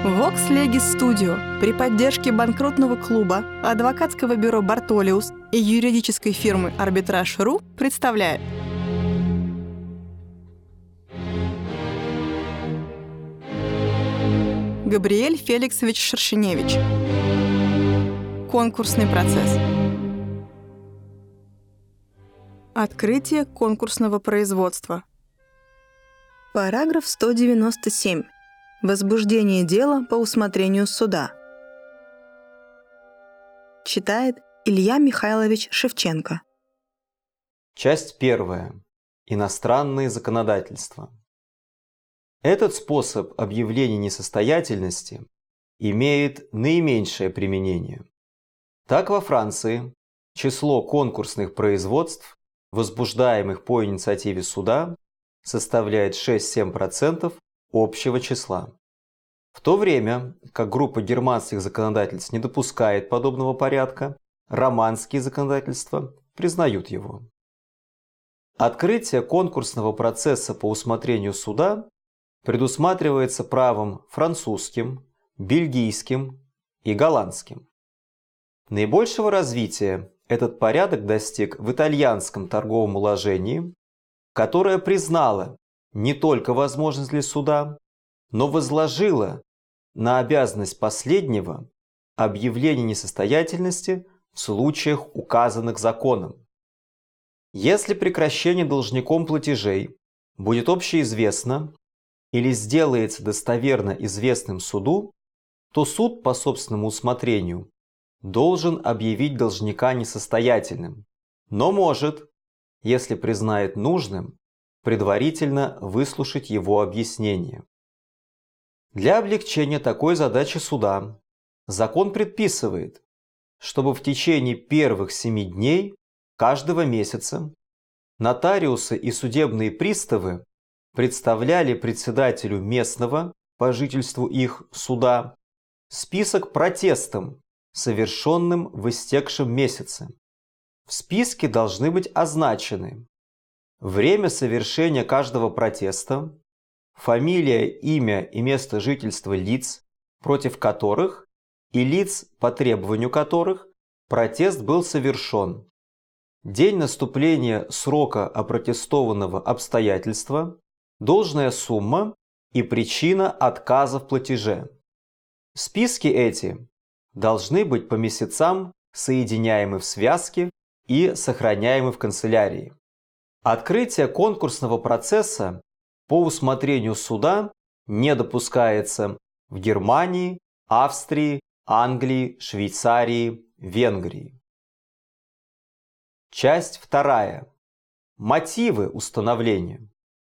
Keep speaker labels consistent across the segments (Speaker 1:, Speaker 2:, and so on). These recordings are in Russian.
Speaker 1: Vox Legis Studio при поддержке банкротного клуба, адвокатского бюро «Бартолиус» и юридической фирмы «Арбитраж.ру» представляет Габриэль Феликсович Шершеневич. Конкурсный процесс. Открытие конкурсного производства. Параграф 197. Возбуждение дела по усмотрению суда. Читает Илья Михайлович Шевченко.
Speaker 2: Часть 1. Иностранные законодательства. Этот способ объявления несостоятельности имеет наименьшее применение. Так, во Франции число конкурсных производств, возбуждаемых по инициативе суда, составляет 6-7% общего числа. В то время как группа германских законодательств не допускает подобного порядка, романские законодательства признают его. Открытие конкурсного процесса по усмотрению суда предусматривается правом французским, бельгийским и голландским. Наибольшего развития этот порядок достиг в итальянском торговом уложении, которое признало не только возможность для суда, но возложило на обязанность последнего объявление несостоятельности в случаях, указанных законом. Если прекращение должником платежей будет общеизвестно или сделается достоверно известным суду, то суд по собственному усмотрению должен объявить должника несостоятельным, но может, если признает нужным, предварительно выслушать его объяснение. Для облегчения такой задачи суда закон предписывает, чтобы в течение первых 7 дней каждого месяца нотариусы и судебные приставы представляли председателю местного по жительству их суда список протестам, совершенным в истекшем месяце. В списке должны быть означены время совершения каждого протеста, фамилия, имя и место жительства лиц, против которых и лиц, по требованию которых протест был совершен, день наступления срока опротестованного обстоятельства, должная сумма и причина отказа в платеже. Списки эти должны быть по месяцам соединяемы в связке и сохраняемы в канцелярии. Открытие конкурсного процесса по усмотрению суда не допускается в Германии, Австрии, Англии, Швейцарии, Венгрии. Часть 2. Мотивы установления.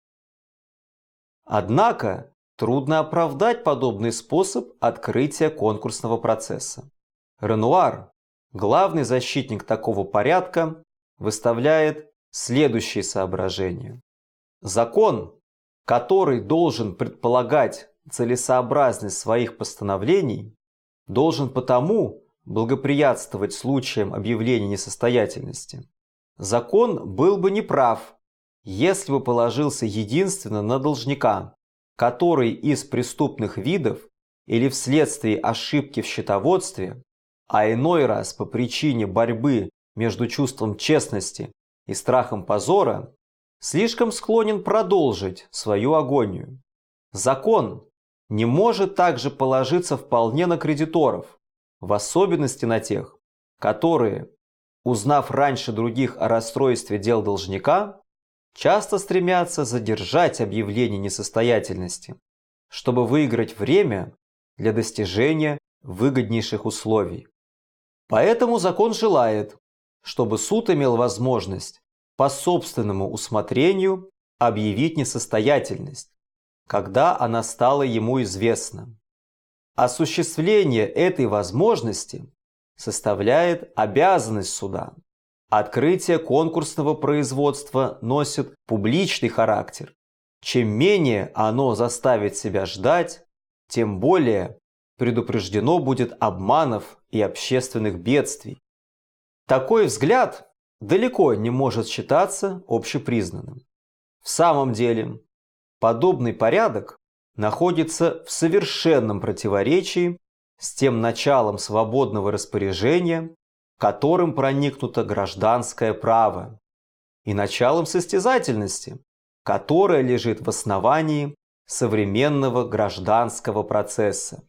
Speaker 2: Однако трудно оправдать подобный способ открытия конкурсного процесса. Ренуар, главный защитник такого порядка, выставляет следующие соображения. Закон, который должен предполагать целесообразность своих постановлений, должен потому благоприятствовать случаям объявления несостоятельности. Закон был бы неправ, если бы положился единственно на должника, который из преступных видов или вследствие ошибки в счетоводстве, а иной раз по причине борьбы между чувством честности и страхом позора, слишком склонен продолжить свою агонию. Закон не может также положиться вполне на кредиторов, в особенности на тех, которые, узнав раньше других о расстройстве дел должника, часто стремятся задержать объявление несостоятельности, чтобы выиграть время для достижения выгоднейших условий. Поэтому закон желает, чтобы суд имел возможность по собственному усмотрению объявить несостоятельность, когда она стала ему известна. Осуществление этой возможности составляет обязанность суда. Открытие конкурсного производства носит публичный характер. Чем менее оно заставит себя ждать, тем более предупреждено будет обманов и общественных бедствий. Такой взгляд далеко не может считаться общепризнанным. В самом деле, подобный порядок находится в совершенном противоречии с тем началом свободного распоряжения, которым проникнуто гражданское право, и началом состязательности, которое лежит в основании современного гражданского процесса.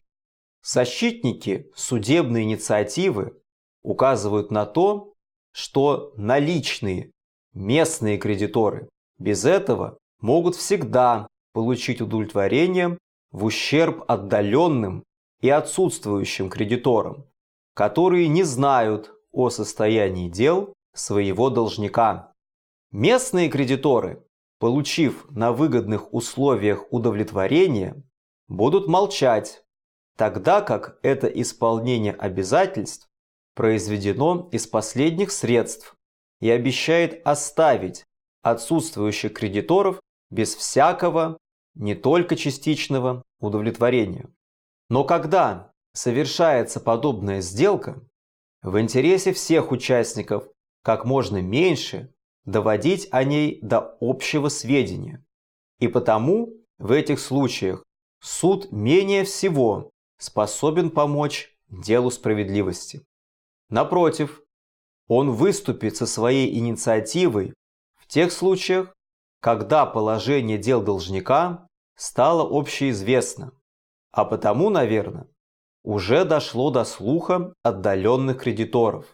Speaker 2: Защитники судебной инициативы указывают на то, что наличные местные кредиторы без этого могут всегда получить удовлетворение в ущерб отдаленным и отсутствующим кредиторам, которые не знают о состоянии дел своего должника. Местные кредиторы, получив на выгодных условиях удовлетворение, будут молчать, тогда как это исполнение обязательств произведено из последних средств и обещает оставить отсутствующих кредиторов без всякого, не только частичного, удовлетворения. Но когда совершается подобная сделка, в интересе всех участников как можно меньше доводить о ней до общего сведения. И потому в этих случаях суд менее всего способен помочь делу справедливости. Напротив, он выступит со своей инициативой в тех случаях, когда положение дел должника стало общеизвестно, а потому, наверное, уже дошло до слуха отдаленных кредиторов.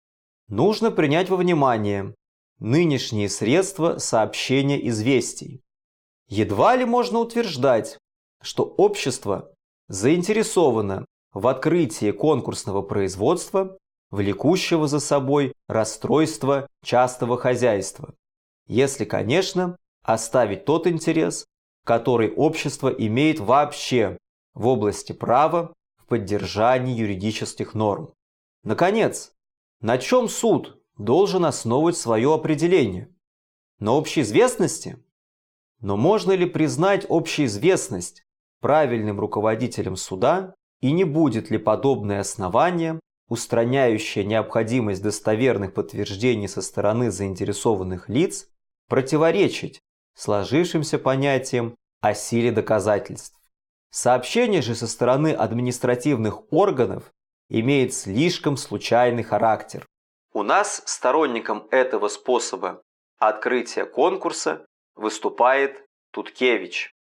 Speaker 2: Нужно принять во внимание нынешние средства сообщения известий. Едва ли можно утверждать, что общество заинтересовано в открытии конкурсного производства, влекущего за собой расстройство частного хозяйства, если, конечно, оставить тот интерес, который общество имеет вообще в области права в поддержании юридических норм. Наконец, на чем суд должен основывать свое определение? На общеизвестности? Но можно ли признать общеизвестность правильным руководителем суда, и не будет ли подобное основание, устраняющее необходимость достоверных подтверждений со стороны заинтересованных лиц, противоречить сложившимся понятиям о силе доказательств? Сообщение же со стороны административных органов имеет слишком случайный характер. У нас сторонником этого способа открытия конкурса выступает Туткевич.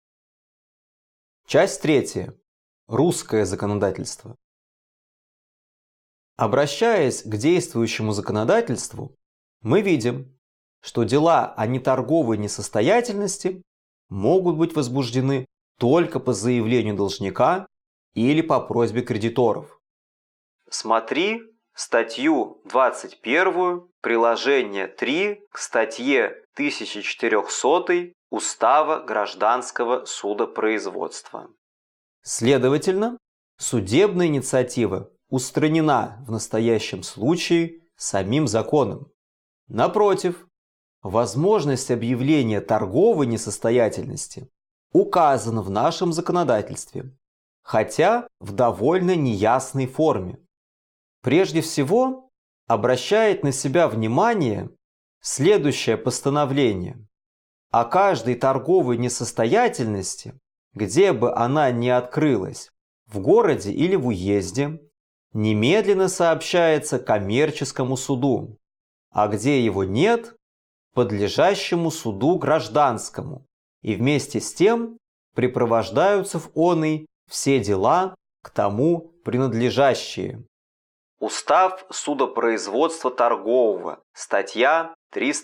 Speaker 2: Часть 3. Русское законодательство. Обращаясь к действующему законодательству, мы видим, что дела о неторговой несостоятельности могут быть возбуждены только по заявлению должника или по просьбе кредиторов. Смотри статью 21, приложение 3 к статье 1400 Устава гражданского судопроизводства. Следовательно, судебная инициатива устранена в настоящем случае самим законом. Напротив, возможность объявления торговой несостоятельности указана в нашем законодательстве, хотя в довольно неясной форме. Прежде всего, обращает на себя внимание следующее постановление: о каждой торговой несостоятельности, где бы она ни открылась, в городе или в уезде, немедленно сообщается коммерческому суду, а где его нет, подлежащему суду гражданскому, и вместе с тем препровождаются в оный все дела к тому принадлежащие. Устав судопроизводства торгового, статья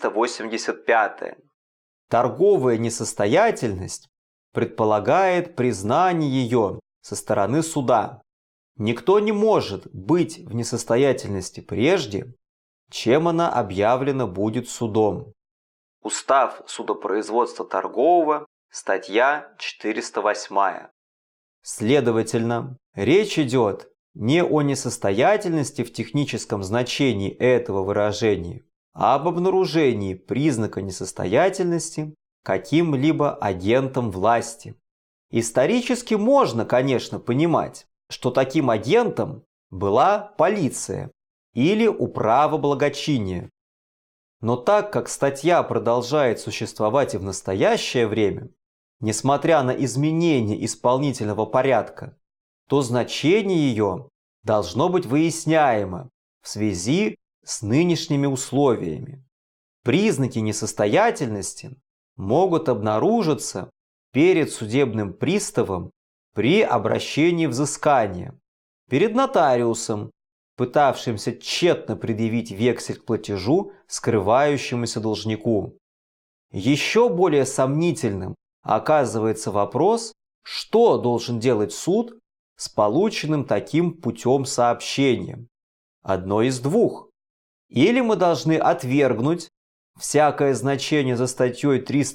Speaker 2: 385. Торговая несостоятельность предполагает признание ее со стороны суда. Никто не может быть в несостоятельности прежде, чем она объявлена будет судом. Устав судопроизводства торгового, статья 408. Следовательно, речь идет не о несостоятельности в техническом значении этого выражения, а об обнаружении признака несостоятельности каким-либо агентом власти. Исторически можно, конечно, понимать, что таким агентом была полиция или управа благочиния. Но так как статья продолжает существовать и в настоящее время, несмотря на изменение исполнительного порядка, то значение ее должно быть выясняемо в связи с нынешними условиями. Признаки несостоятельности могут обнаружиться перед судебным приставом при обращении взыскания, перед нотариусом, пытавшимся тщетно предъявить вексель к платежу скрывающемуся должнику. Еще более сомнительным оказывается вопрос, что должен делать суд с полученным таким путем сообщением. Одно из двух. Или мы должны отвергнуть всякое значение за статьей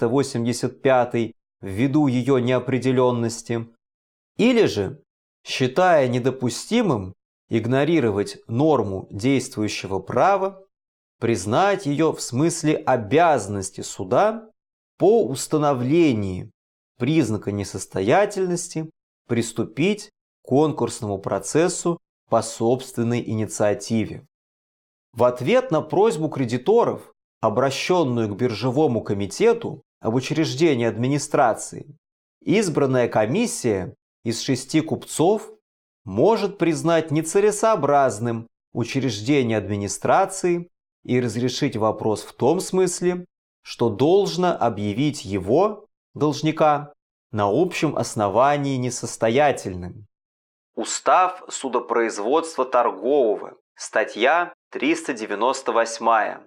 Speaker 2: 385 ввиду ее неопределенности, или же, считая недопустимым игнорировать норму действующего права, признать ее в смысле обязанности суда по установлении признака несостоятельности приступить к конкурсному процессу по собственной инициативе. В ответ на просьбу кредиторов, обращенную к биржевому комитету об учреждении администрации, избранная комиссия из 6 купцов может признать нецелесообразным учреждение администрации и разрешить вопрос в том смысле, что должно объявить его, должника, на общем основании несостоятельным. Устав судопроизводства торгового, статья 398.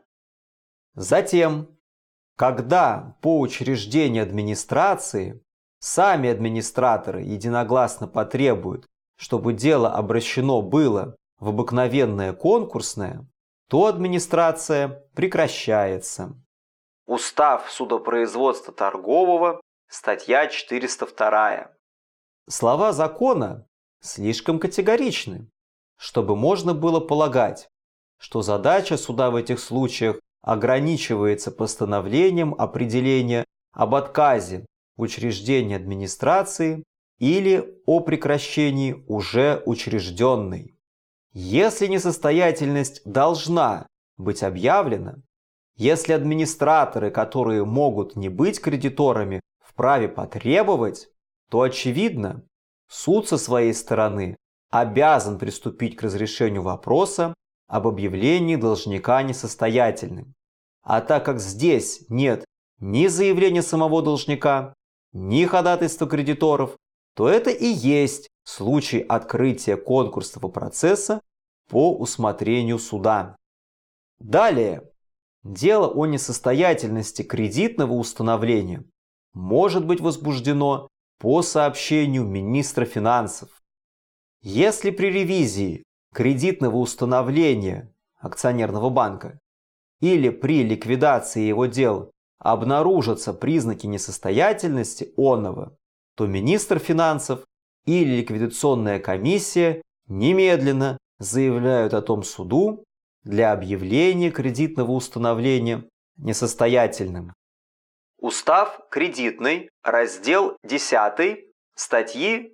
Speaker 2: Затем, когда по учреждению администрации сами администраторы единогласно потребуют, чтобы дело обращено было в обыкновенное конкурсное, то администрация прекращается. Устав судопроизводства торгового, статья 402. Слова закона слишком категоричны, чтобы можно было полагать, что задача суда в этих случаях ограничивается постановлением определения об отказе учреждения администрации или о прекращении уже учрежденной. Если несостоятельность должна быть объявлена, если администраторы, которые могут не быть кредиторами, вправе потребовать, то очевидно, суд со своей стороны обязан приступить к разрешению вопроса об объявлении должника несостоятельным. А так как здесь нет ни заявления самого должника, ни ходатайства кредиторов, то это и есть случай открытия конкурсного процесса по усмотрению суда. Далее, дело о несостоятельности кредитного установления может быть возбуждено по сообщению министра финансов. Если при ревизии кредитного установления акционерного банка или при ликвидации его дел обнаружатся признаки несостоятельности оного, то министр финансов или ликвидационная комиссия немедленно заявляют о том суду для объявления кредитного установления несостоятельным. Устав кредитный, раздел 10, статьи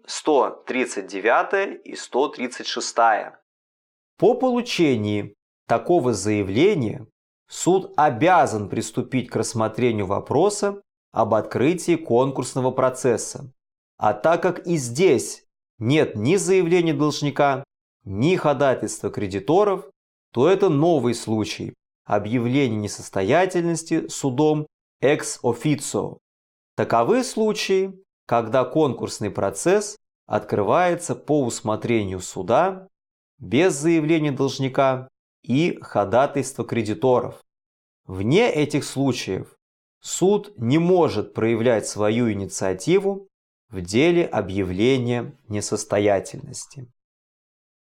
Speaker 2: 139 и 136. По получении такого заявления суд обязан приступить к рассмотрению вопроса об открытии конкурсного процесса. А так как и здесь нет ни заявления должника, ни ходатайства кредиторов, то это новый случай объявления несостоятельности судом ex officio. Таковы случаи, когда конкурсный процесс открывается по усмотрению суда без заявления должника и ходатайства кредиторов. Вне этих случаев суд не может проявлять свою инициативу в деле объявления несостоятельности.